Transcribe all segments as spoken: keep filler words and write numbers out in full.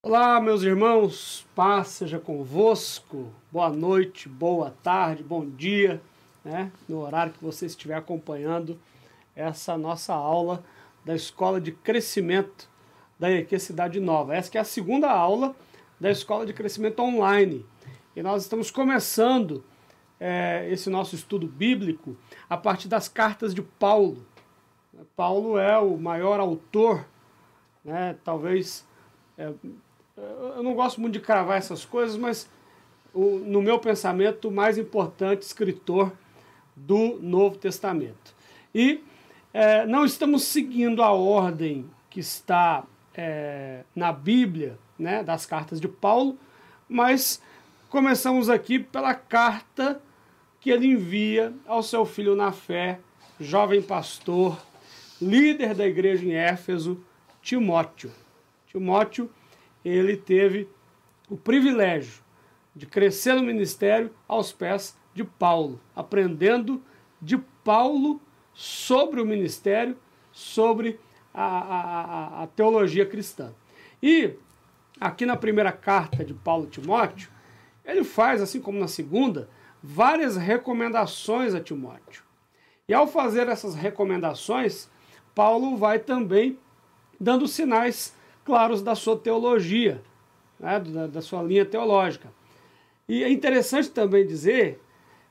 Olá, meus irmãos, paz seja convosco, boa noite, boa tarde, bom dia, né? No horário que você estiver acompanhando essa nossa aula da Escola de Crescimento da E Q Cidade Nova. Essa que é a segunda aula da Escola de Crescimento Online. E nós estamos começando é, esse nosso estudo bíblico a partir das cartas de Paulo. Paulo é o maior autor, né? Talvez... É, eu não gosto muito de cravar essas coisas, mas o, no meu pensamento, o mais importante escritor do Novo Testamento. E é, não estamos seguindo a ordem que está é, na Bíblia, né, das cartas de Paulo, mas começamos aqui pela carta que ele envia ao seu filho na fé, jovem pastor, líder da igreja em Éfeso, Timóteo. Timóteo, ele teve o privilégio de crescer no ministério aos pés de Paulo, aprendendo de Paulo sobre o ministério, sobre a, a, a teologia cristã. E aqui na primeira carta de Paulo a Timóteo, ele faz, assim como na segunda, várias recomendações a Timóteo. E ao fazer essas recomendações, Paulo vai também dando sinais claros da sua teologia, né, da, da sua linha teológica. E é interessante também dizer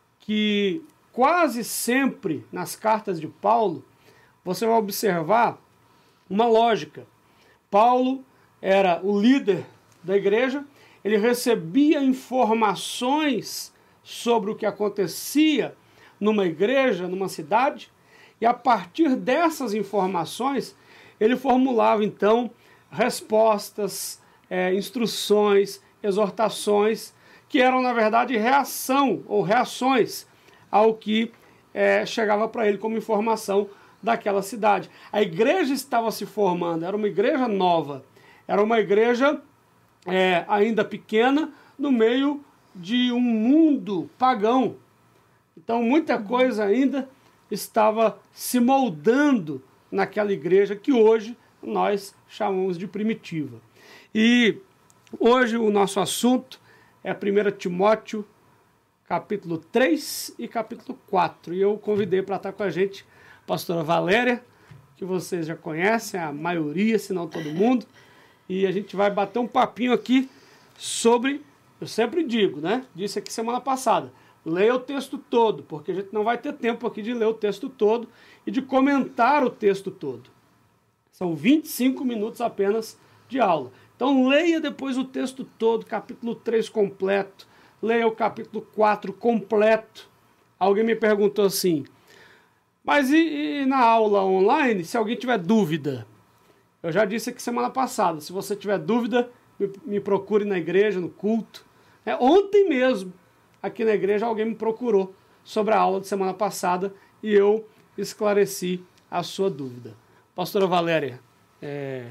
que quase sempre nas cartas de Paulo você vai observar uma lógica. Paulo era o líder da igreja, ele recebia informações sobre o que acontecia numa igreja, numa cidade, e a partir dessas informações ele formulava então respostas, é, instruções, exortações, que eram, na verdade, reação ou reações ao que é, chegava para ele como informação daquela cidade. A igreja estava se formando, era uma igreja nova, era uma igreja é, ainda pequena, no meio de um mundo pagão. Então, muita coisa ainda estava se moldando naquela igreja que hoje nós chamamos de primitiva. E hoje o nosso assunto é primeiro Timóteo, capítulo três e capítulo quatro. E eu convidei para estar com a gente a pastora Valéria, que vocês já conhecem, a maioria, se não todo mundo. E a gente vai bater um papinho aqui sobre, eu sempre digo, né? Disse aqui semana passada, leia o texto todo, porque a gente não vai ter tempo aqui de ler o texto todo e de comentar o texto todo. São vinte e cinco minutos apenas de aula. Então leia depois o texto todo, capítulo três completo, leia o capítulo quatro completo. Alguém me perguntou assim, mas e, e na aula online, se alguém tiver dúvida? Eu já disse aqui semana passada, se você tiver dúvida, me, me procure na igreja, no culto. É, ontem mesmo, aqui na igreja, alguém me procurou sobre a aula de semana passada e eu esclareci a sua dúvida. Pastora Valéria, é,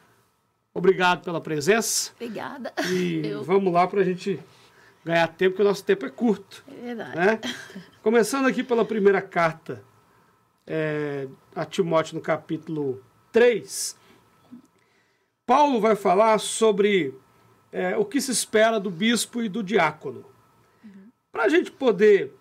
obrigado pela presença. Obrigada. E Eu... vamos lá para a gente ganhar tempo, porque o nosso tempo é curto. É verdade. Né? Começando aqui pela primeira carta é, a Timóteo, no capítulo três, Paulo vai falar sobre é, o que se espera do bispo e do diácono. Uhum. Para a gente poder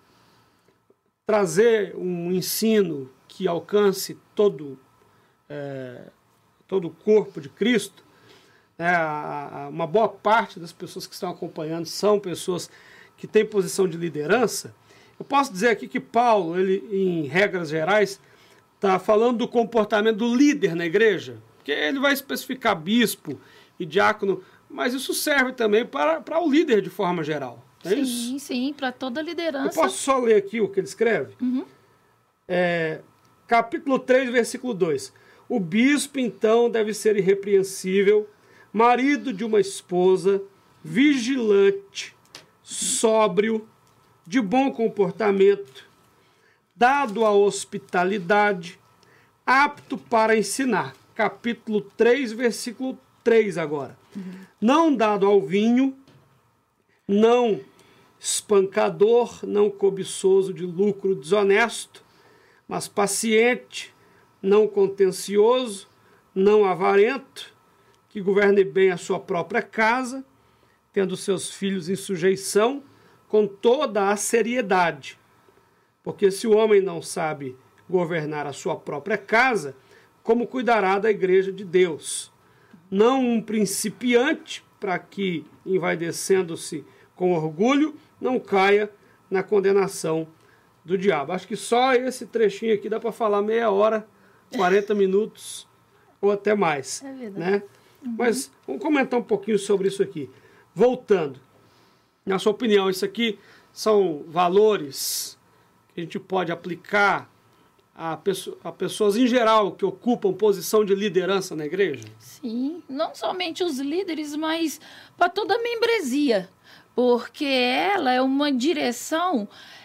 trazer um ensino que alcance todo É, todo o corpo de Cristo, né, a, a, uma boa parte das pessoas que estão acompanhando são pessoas que têm posição de liderança. Eu posso dizer aqui que Paulo, ele, em regras gerais, está falando do comportamento do líder na igreja, porque ele vai especificar bispo e diácono, mas isso serve também para, para o líder de forma geral. É sim, isso? sim, para toda a liderança. Eu posso só ler aqui o que ele escreve? Uhum. É, capítulo três, versículo dois. O bispo, então, deve ser irrepreensível, marido de uma esposa, vigilante, sóbrio, de bom comportamento, dado à hospitalidade, apto para ensinar. Capítulo três, versículo três agora. Uhum. Não dado ao vinho, não espancador, não cobiçoso de lucro desonesto, mas paciente, não contencioso, não avarento, que governe bem a sua própria casa, tendo seus filhos em sujeição, com toda a seriedade. Porque se o homem não sabe governar a sua própria casa, como cuidará da igreja de Deus? Não um principiante, para que, envaidecendo-se com orgulho, não caia na condenação do diabo. Acho que só esse trechinho aqui dá para falar meia hora, quarenta minutos ou até mais. É verdade. Né? Uhum. Mas vamos comentar um pouquinho sobre isso aqui. Voltando, na sua opinião, isso aqui são valores que a gente pode aplicar a, pessoa, a pessoas em geral que ocupam posição de liderança na igreja? Sim, não somente os líderes, mas para toda a membresia, porque ela é uma direção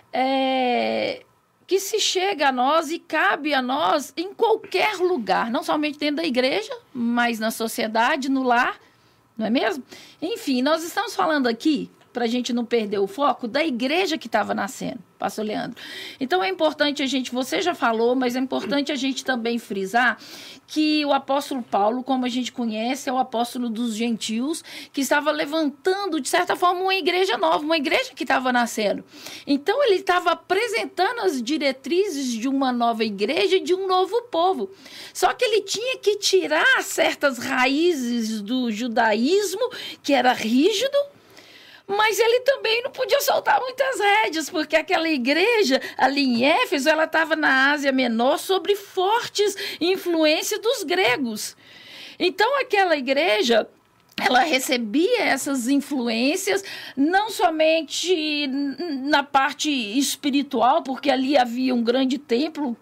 é, que se chega a nós e cabe a nós em qualquer lugar, não somente dentro da igreja, mas na sociedade, no lar, não é mesmo? Enfim, nós estamos falando aqui, para a gente não perder o foco, da igreja que estava nascendo, pastor Leandro. Então, é importante a gente, você já falou, mas é importante a gente também frisar que o apóstolo Paulo, como a gente conhece, é o apóstolo dos gentios, que estava levantando, de certa forma, uma igreja nova, uma igreja que estava nascendo. Então, ele estava apresentando as diretrizes de uma nova igreja e de um novo povo. Só que ele tinha que tirar certas raízes do judaísmo, que era rígido, mas ele também não podia soltar muitas rédeas, porque aquela igreja ali em Éfeso, ela estava na Ásia Menor sob fortes influências dos gregos. Então, aquela igreja, ela recebia essas influências, não somente na parte espiritual, porque ali havia um grande templo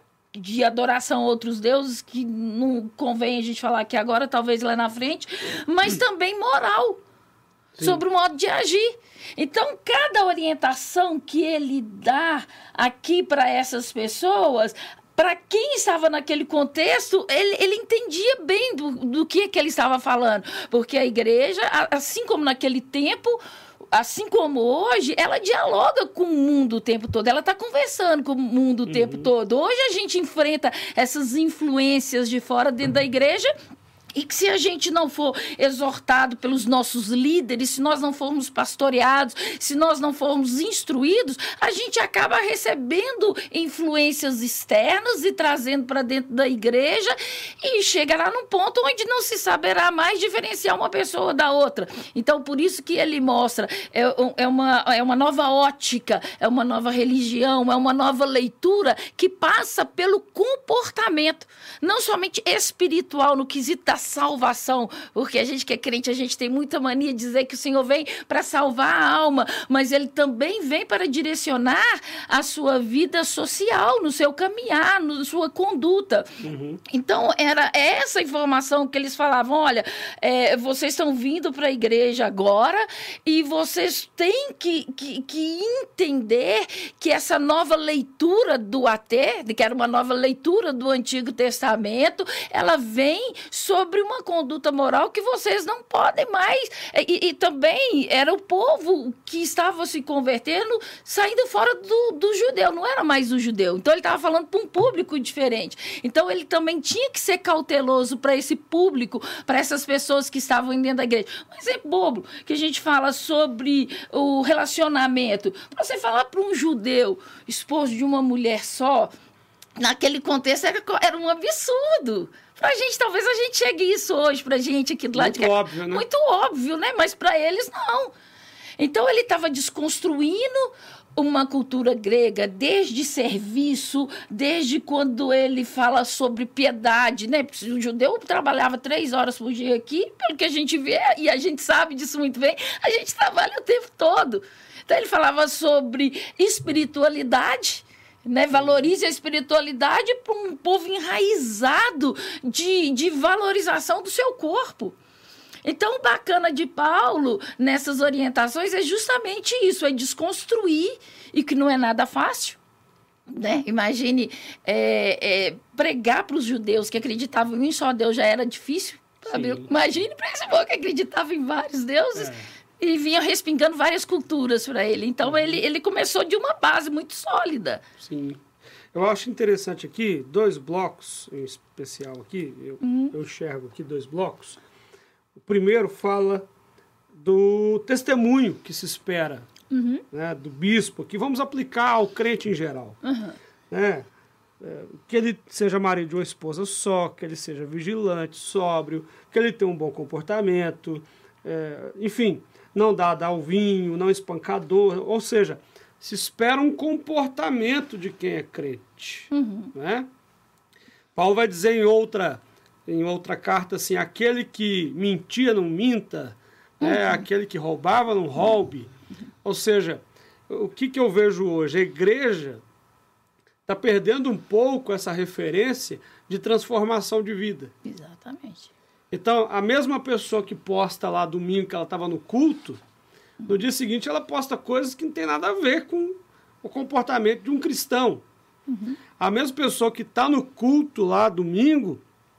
de adoração a outros deuses, que não convém a gente falar aqui agora, talvez lá na frente, mas também moral. Sim. Sobre o modo de agir. Então, cada orientação que ele dá aqui para essas pessoas, para quem estava naquele contexto, ele, ele entendia bem do, do que, que ele estava falando. Porque a igreja, assim como naquele tempo, assim como hoje, ela dialoga com o mundo o tempo todo. Ela está conversando com o mundo o uhum. tempo todo. Hoje a gente enfrenta essas influências de fora dentro da igreja. E que se a gente não for exortado pelos nossos líderes, se nós não formos pastoreados, se nós não formos instruídos, a gente acaba recebendo influências externas e trazendo para dentro da igreja e chegará num ponto onde não se saberá mais diferenciar uma pessoa da outra. Então, por isso que ele mostra, é, é, uma, é uma nova ótica, é uma nova religião, é uma nova leitura que passa pelo comportamento, não somente espiritual, no quesito da salvação, porque a gente que é crente, a gente tem muita mania de dizer que o Senhor vem para salvar a alma, mas ele também vem para direcionar a sua vida social, no seu caminhar, na sua conduta. Uhum. Então, era essa informação que eles falavam, olha, é, vocês estão vindo para a igreja agora e vocês têm que, que, que entender que essa nova leitura do até, que era uma nova leitura do Antigo Testamento, ela vem sobre uma conduta moral que vocês não podem mais. E, e também era o povo que estava se convertendo, saindo fora do, do judeu, não era mais o judeu. Então, ele estava falando para um público diferente. Então, ele também tinha que ser cauteloso para esse público, para essas pessoas que estavam dentro da igreja. Um exemplo bobo, que a gente fala sobre o relacionamento. Para você falar para um judeu, esposo de uma mulher só, naquele contexto era, era um absurdo. Pra gente, talvez a gente chegue isso hoje, pra gente aqui do lado de cá. Muito óbvio, né? Muito óbvio, né? Mas pra eles, não. Então, ele estava desconstruindo uma cultura grega desde serviço, desde quando ele fala sobre piedade, né? O judeu trabalhava três horas por dia aqui, pelo que a gente vê, e a gente sabe disso muito bem, a gente trabalha o tempo todo. Então, ele falava sobre espiritualidade, né? Valorize a espiritualidade para um povo enraizado de, de valorização do seu corpo. Então, o bacana de Paulo nessas orientações é justamente isso, é desconstruir, e que não é nada fácil. Né? Imagine é, é, pregar para os judeus que acreditavam em um só Deus já era difícil. Sabe? Imagine para esse povo que acreditava em vários deuses. É. E vinha respingando várias culturas para ele. Então, uhum. ele, ele começou de uma base muito sólida. Sim. Eu acho interessante aqui, dois blocos em especial aqui, eu, uhum. eu enxergo aqui dois blocos. O primeiro fala do testemunho que se espera, uhum. né, do bispo, que vamos aplicar ao crente em geral. Uhum. Né? É, que ele seja marido de uma esposa só, que ele seja vigilante, sóbrio, que ele tenha um bom comportamento, é, enfim, não dado ao vinho, não espancador, ou seja, se espera um comportamento de quem é crente. Uhum. Né? Paulo vai dizer em outra, em outra carta assim, aquele que mentia não minta, uhum. né? Aquele que roubava não roube. Uhum. Ou seja, o que, que eu vejo hoje? A igreja está perdendo um pouco essa referência de transformação de vida. Exatamente. Então, a mesma pessoa que posta lá domingo que ela estava no culto, no dia seguinte ela posta coisas que não tem nada a ver com o comportamento de um cristão. Uhum. A mesma pessoa que está no culto lá domingo,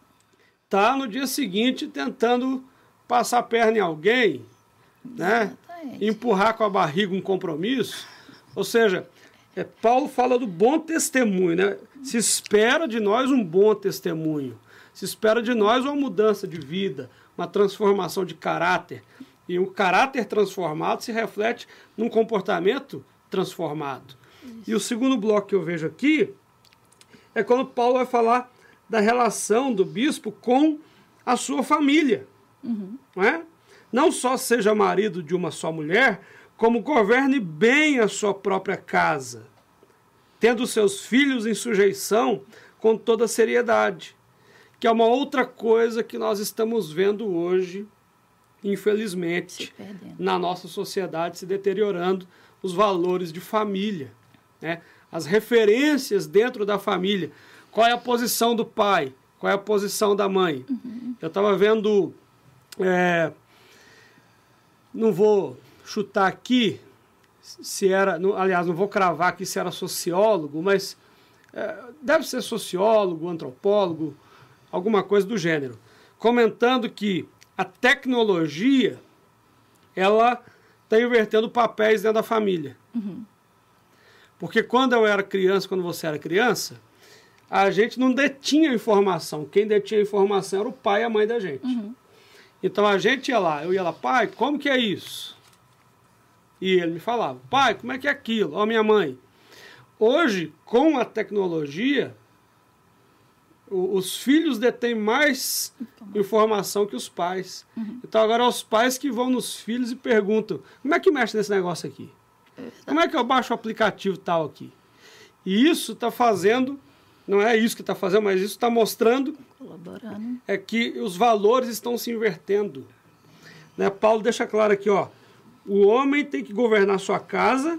está no dia seguinte tentando passar a perna em alguém, né? Empurrar com a barriga um compromisso. Ou seja, é, Paulo fala do bom testemunho, né? Se espera de nós um bom testemunho. Se espera de nós uma mudança de vida, uma transformação de caráter. E o caráter transformado se reflete num comportamento transformado. Isso. E o segundo bloco que eu vejo aqui é quando Paulo vai falar da relação do bispo com a sua família. Uhum. Não é? Não só seja marido de uma só mulher, como governe bem a sua própria casa, tendo seus filhos em sujeição com toda seriedade, que é uma outra coisa que nós estamos vendo hoje, infelizmente, na nossa sociedade, se deteriorando os valores de família, né? As referências dentro da família. Qual é a posição do pai? Qual é a posição da mãe? Uhum. Eu estava vendo, é, não vou chutar aqui se era, não, aliás, não vou cravar aqui se era sociólogo, mas é, deve ser sociólogo, antropólogo, alguma coisa do gênero, comentando que a tecnologia, ela está invertendo papéis dentro da família. Uhum. Porque quando eu era criança, quando você era criança, a gente não detinha informação. Quem detinha informação era o pai e a mãe da gente. Uhum. Então a gente ia lá, eu ia lá, pai, como que é isso? E ele me falava, pai, como é que é aquilo? Ó, minha mãe. Hoje, com a tecnologia, o, os filhos detêm mais informação que os pais. Uhum. Então agora é os pais que vão nos filhos e perguntam, como é que mexe nesse negócio aqui? Como é que eu baixo o aplicativo tal aqui? E isso está fazendo, não é isso que está fazendo, mas isso está mostrando Colaborando. É que os valores estão se invertendo. Né? Paulo deixa claro aqui, ó, o homem tem que governar sua casa,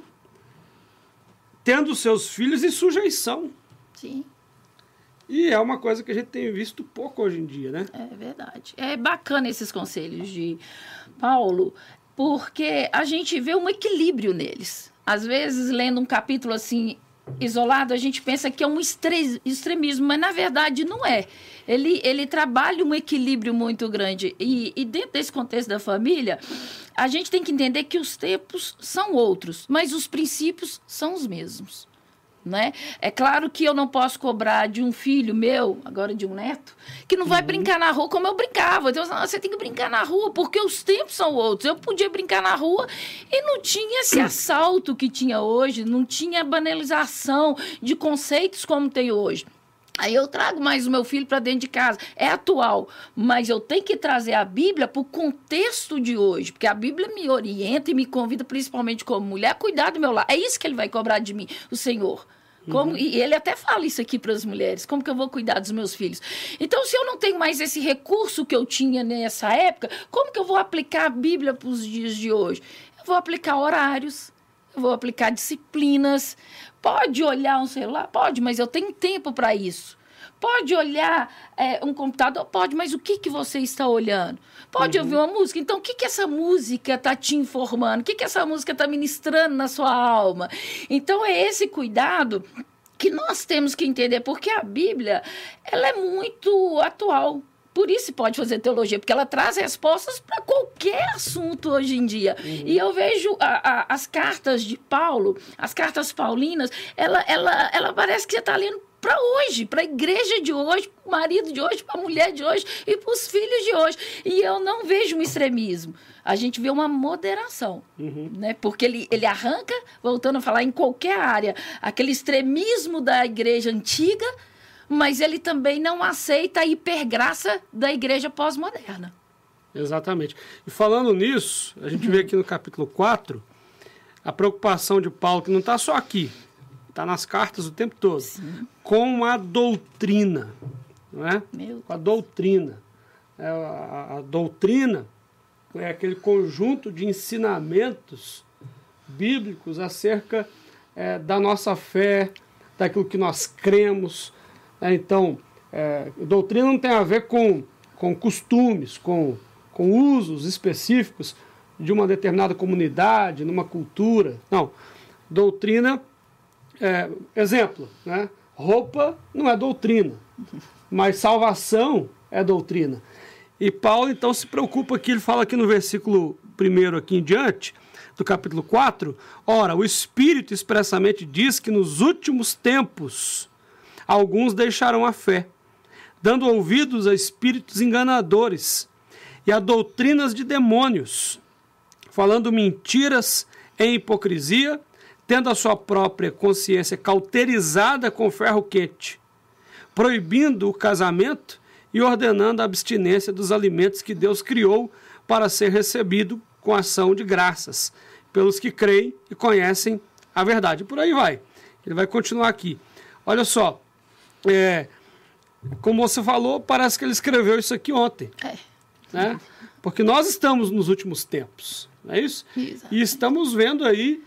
tendo seus filhos em sujeição. Sim. E é uma coisa que a gente tem visto pouco hoje em dia, né? É verdade. É bacana esses conselhos de Paulo, porque a gente vê um equilíbrio neles. Às vezes, lendo um capítulo assim, isolado, a gente pensa que é um estre- extremismo, mas na verdade não é. Ele, ele trabalha um equilíbrio muito grande. E, e dentro desse contexto da família, a gente tem que entender que os tempos são outros, mas os princípios são os mesmos. Né? É claro que eu não posso cobrar de um filho meu, agora de um neto, que não vai uhum. brincar na rua como eu brincava. Então, você tem que brincar na rua, porque os tempos são outros. Eu podia brincar na rua e não tinha esse assalto que tinha hoje, não tinha banalização de conceitos como tem hoje. Aí eu trago mais o meu filho para dentro de casa. É atual, mas eu tenho que trazer a Bíblia para o contexto de hoje, porque a Bíblia me orienta e me convida, principalmente como mulher, a cuidar do meu lar. É isso que ele vai cobrar de mim, o Senhor. Como, uhum. E ele até fala isso aqui para as mulheres, como que eu vou cuidar dos meus filhos? Então, se eu não tenho mais esse recurso que eu tinha nessa época, como que eu vou aplicar a Bíblia para os dias de hoje? Eu vou aplicar horários, eu vou aplicar disciplinas. Pode olhar um celular? Pode, mas eu tenho tempo para isso. Pode olhar é, um computador? Pode, mas o que, que você está olhando? Pode uhum. ouvir uma música? Então, o que, que essa música está te informando? O que, que essa música está ministrando na sua alma? Então, é esse cuidado que nós temos que entender, porque a Bíblia ela é muito atual. Por isso pode fazer teologia, porque ela traz respostas para qualquer assunto hoje em dia. Uhum. E eu vejo a, a, as cartas de Paulo, as cartas paulinas, ela, ela, ela parece que você está lendo para hoje, para a igreja de hoje, para o marido de hoje, para a mulher de hoje e para os filhos de hoje. E eu não vejo um extremismo. A gente vê uma moderação, uhum. né? Porque ele, ele arranca, voltando a falar em qualquer área, aquele extremismo da igreja antiga, mas ele também não aceita a hipergraça da igreja pós-moderna. Exatamente. E falando nisso, a gente vê aqui no capítulo quatro a preocupação de Paulo, que não está só aqui, está nas cartas o tempo todo, Sim. com a doutrina. Não é? Meu com a doutrina. É, a, a doutrina é aquele conjunto de ensinamentos bíblicos acerca é, da nossa fé, daquilo que nós cremos. É, então, é, doutrina não tem a ver com, com costumes, com, com usos específicos de uma determinada comunidade, numa cultura. Não. Doutrina, é, exemplo, né? Roupa não é doutrina, mas salvação é doutrina. E Paulo, então, se preocupa aqui, ele fala aqui no versículo primeiro aqui em diante, do capítulo quatro, ora, o Espírito expressamente diz que nos últimos tempos alguns deixarão a fé, dando ouvidos a espíritos enganadores e a doutrinas de demônios, falando mentiras em hipocrisia, tendo a sua própria consciência cauterizada com ferro quente, proibindo o casamento e ordenando a abstinência dos alimentos que Deus criou para ser recebido com ação de graças pelos que creem e conhecem a verdade. Por aí vai. Ele vai continuar aqui. Olha só, é, como você falou, parece que ele escreveu isso aqui ontem. É. Né? Porque nós estamos nos últimos tempos, não é isso? Exato. E estamos vendo aí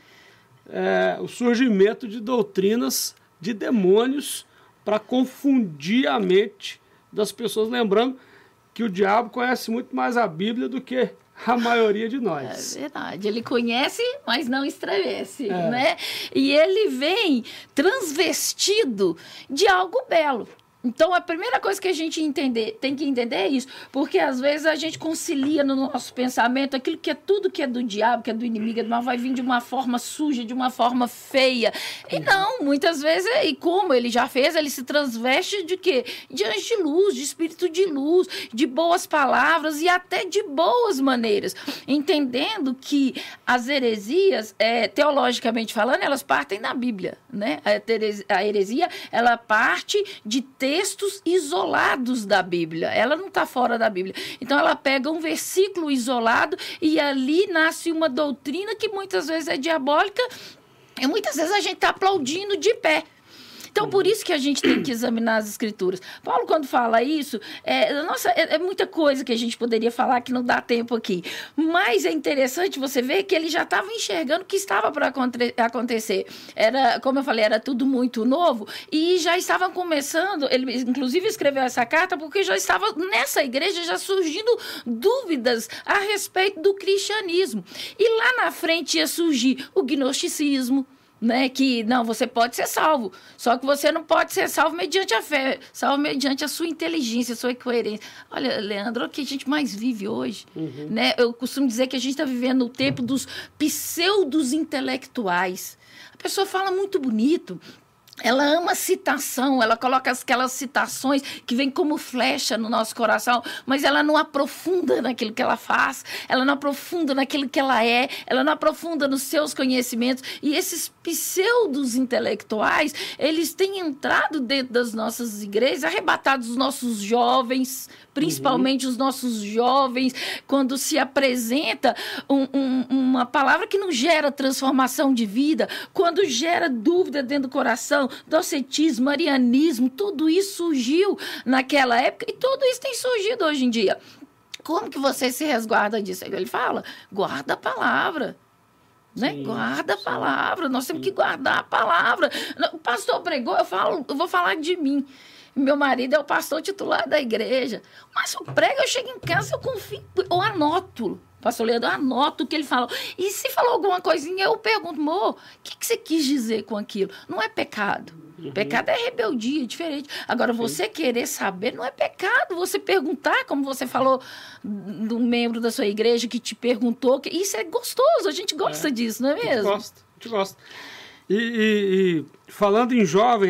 é, o surgimento de doutrinas de demônios para confundir a mente das pessoas, lembrando que o diabo conhece muito mais a Bíblia do que a maioria de nós. É verdade, ele conhece, mas não estremece, é. né? E ele vem transvestido de algo belo. Então, a primeira coisa que a gente entender, tem que entender é isso, porque às vezes a gente concilia no nosso pensamento aquilo que é tudo que é do diabo, que é do inimigo, é do mal, vai vir de uma forma suja, de uma forma feia. E não, muitas vezes, e como ele já fez, ele se transveste de quê? De anjo de luz, de espírito de luz, de boas palavras e até de boas maneiras. Entendendo que as heresias, é, teologicamente falando, elas partem da Bíblia, né? A heresia, ela parte de textos isolados da Bíblia. Ela não está fora da Bíblia. Então, ela pega um versículo isolado e ali nasce uma doutrina que muitas vezes é diabólica e muitas vezes a gente está aplaudindo de pé. Então, por isso que a gente tem que examinar as Escrituras. Paulo, quando fala isso, é, nossa, é, é muita coisa que a gente poderia falar que não dá tempo aqui. Mas é interessante você ver que ele já estava enxergando o que estava para acontecer. Era, como eu falei, era tudo muito novo e já estavam começando, ele inclusive escreveu essa carta porque já estava nessa igreja já surgindo dúvidas a respeito do cristianismo. E lá na frente ia surgir o gnosticismo, né, que não, você pode ser salvo, só que você não pode ser salvo mediante a fé, salvo mediante a sua inteligência, a sua coerência. Olha, Leandro, o que a gente mais vive hoje, uhum. né? Eu costumo dizer que a gente está vivendo o tempo dos pseudos intelectuais. A pessoa fala muito bonito, ela ama citação, ela coloca aquelas citações que vêm como flecha no nosso coração, mas ela não aprofunda naquilo que ela faz, ela não aprofunda naquilo que ela é, ela não aprofunda nos seus conhecimentos. E esses pseudos intelectuais, eles têm entrado dentro das nossas igrejas, arrebatados os nossos jovens, principalmente uhum. os nossos jovens, quando se apresenta um, um, uma palavra que não gera transformação de vida, quando gera dúvida dentro do coração, docetismo, marianismo, tudo isso surgiu naquela época e tudo isso tem surgido hoje em dia. Como que você se resguarda disso? Ele fala, guarda a palavra. Né? Sim, guarda a palavra, nós temos sim. que guardar a palavra. O pastor pregou, eu, falo, eu vou falar de mim. Meu marido é o pastor titular da igreja. Mas eu prego, eu chego em casa, eu confio, eu anoto. Pastor Leandro, eu anoto o que ele falou. E se falou alguma coisinha, eu pergunto, amor, o que, que você quis dizer com aquilo? Não é pecado. Uhum. Pecado é rebeldia, é diferente. Agora, sim. você querer saber não é pecado. Você perguntar, como você falou do membro da sua igreja que te perguntou, que isso é gostoso, a gente gosta é. disso, não é mesmo? A gente gosta, a gente gosta. E, e, e falando em jovem, né?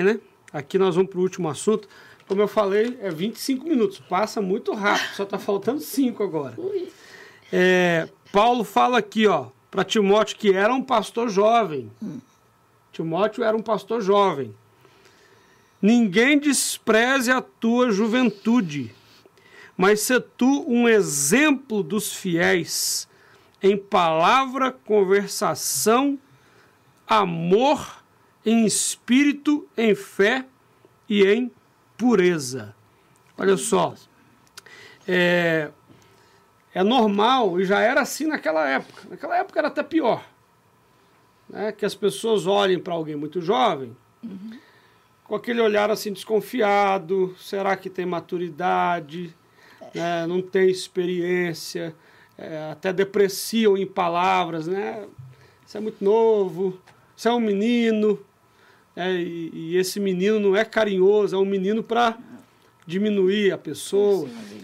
aqui nós vamos para o último assunto. Como eu falei, é vinte e cinco minutos. Passa muito rápido, só está faltando cinco agora. É, Paulo fala aqui, ó, para Timóteo, que era um pastor jovem. Hum. Timóteo era um pastor jovem. Ninguém despreze a tua juventude, mas se tu um exemplo dos fiéis em palavra, conversação, amor, em espírito, em fé e em pureza. Olha só, é, é normal, e já era assim naquela época. Naquela época era até pior, né? Que as pessoas olhem para alguém muito jovem, uhum, com aquele olhar assim desconfiado, será que tem maturidade, né? Não tem experiência, é, até depreciam em palavras, né? Isso é muito novo, isso é um menino, é, e, e esse menino não é carinhoso, é um menino para diminuir a pessoa.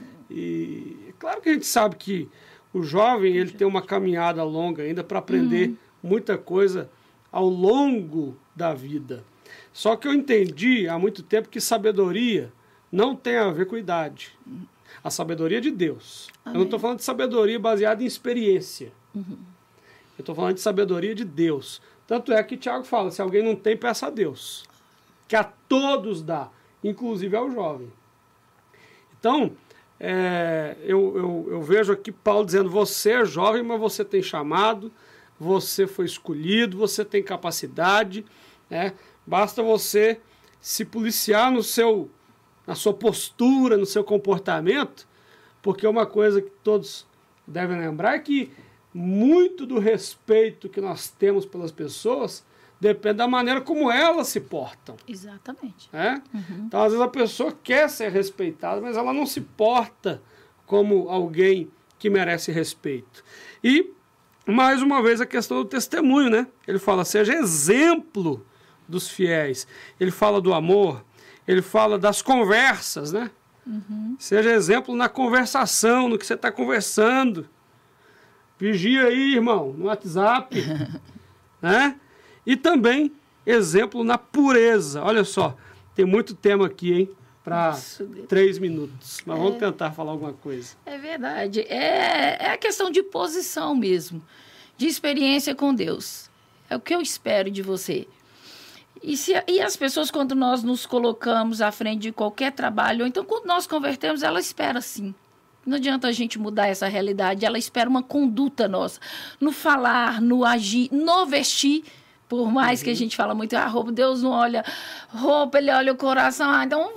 E é claro que a gente sabe que o jovem ele tem uma caminhada longa ainda para aprender uhum. muita coisa ao longo da vida. Só que eu entendi há muito tempo que sabedoria não tem a ver com idade. A sabedoria de Deus. Amém. Eu não estou falando de sabedoria baseada em experiência. Uhum. Eu estou falando de sabedoria de Deus. Tanto é que Tiago fala, se alguém não tem, peça a Deus. Que a todos dá, inclusive ao jovem. Então, é, eu, eu, eu vejo aqui Paulo dizendo, você é jovem, mas você tem chamado, você foi escolhido, você tem capacidade, né? Basta você se policiar no seu, na sua postura, no seu comportamento, porque uma coisa que todos devem lembrar é que muito do respeito que nós temos pelas pessoas depende da maneira como elas se portam. Exatamente. Né? Uhum. Então, às vezes, a pessoa quer ser respeitada, mas ela não se porta como alguém que merece respeito. E, mais uma vez, a questão do testemunho, né? Ele fala, seja exemplo dos fiéis. Ele fala do amor, ele fala das conversas, né? Uhum. Seja exemplo na conversação, no que você está conversando. Vigia aí, irmão, no WhatsApp. Né? E também exemplo na pureza. Olha só, tem muito tema aqui, hein? Para três minutos. Mas é, vamos tentar falar alguma coisa. É verdade. É, é a questão de posição mesmo. De experiência com Deus. É o que eu espero de você. E, se, e as pessoas, quando nós nos colocamos à frente de qualquer trabalho, ou então quando nós convertemos, ela espera sim. Não adianta a gente mudar essa realidade, ela espera uma conduta nossa. No falar, no agir, no vestir, por mais uhum. que a gente fala muito, ah, roupa, Deus não olha roupa, ele olha o coração, ah, então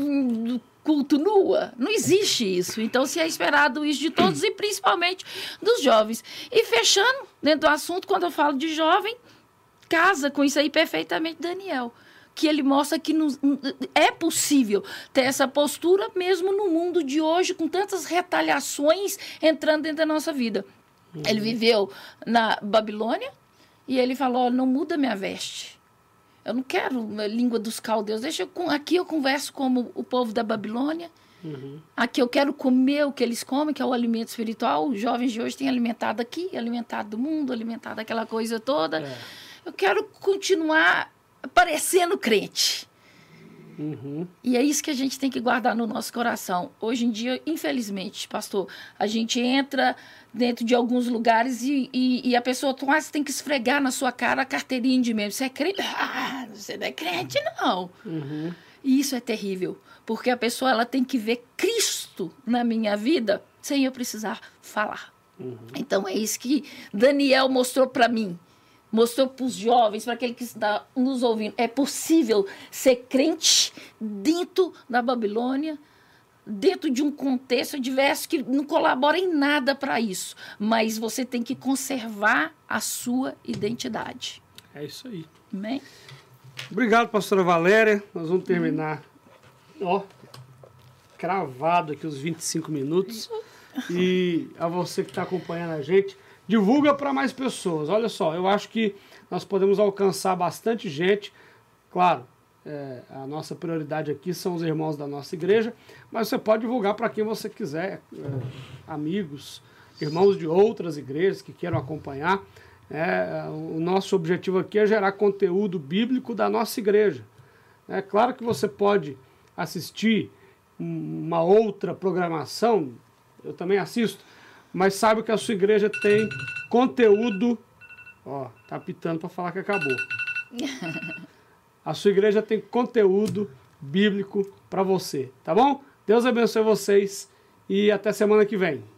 culto nua. Não existe isso. Então, se é esperado isso de todos e principalmente dos jovens. E fechando, dentro do assunto, quando eu falo de jovem, casa com isso aí perfeitamente, Daniel. Que ele mostra que nos, é possível ter essa postura mesmo no mundo de hoje, com tantas retaliações entrando dentro da nossa vida. Uhum. Ele viveu na Babilônia e ele falou, não muda minha veste. Eu não quero a língua dos caldeus. Deixa eu, aqui eu converso como o povo da Babilônia. Uhum. Aqui eu quero comer o que eles comem, que é o alimento espiritual. Os jovens de hoje têm alimentado aqui, alimentado do mundo, alimentado aquela coisa toda. É. Eu quero continuar parecendo crente. Uhum. E é isso que a gente tem que guardar no nosso coração. Hoje em dia, infelizmente, pastor, a gente entra dentro de alguns lugares e, e, e a pessoa quase tem que esfregar na sua cara a carteirinha de membro. Você é crente? Ah, você não é crente, não. Uhum. E isso é terrível, porque a pessoa ela tem que ver Cristo na minha vida sem eu precisar falar. Uhum. Então, é isso que Daniel mostrou para mim. Mostrou para os jovens, para aquele que está nos ouvindo. É possível ser crente dentro da Babilônia, dentro de um contexto diverso que não colabora em nada para isso. Mas você tem que conservar a sua identidade. É isso aí. Amém? Obrigado, pastora Valéria. Nós vamos terminar, hum. ó, cravado aqui os vinte e cinco minutos. E a você que está acompanhando a gente, divulga para mais pessoas. Olha só, eu acho que nós podemos alcançar bastante gente. Claro, é, a nossa prioridade aqui são os irmãos da nossa igreja, mas você pode divulgar para quem você quiser, é, amigos, irmãos de outras igrejas que queiram acompanhar. É, o nosso objetivo aqui é gerar conteúdo bíblico da nossa igreja. É claro que você pode assistir uma outra programação, eu também assisto, mas sabe que a sua igreja tem conteúdo. Ó, tá apitando para falar que acabou. A sua igreja tem conteúdo bíblico para você, tá bom? Deus abençoe vocês e até semana que vem.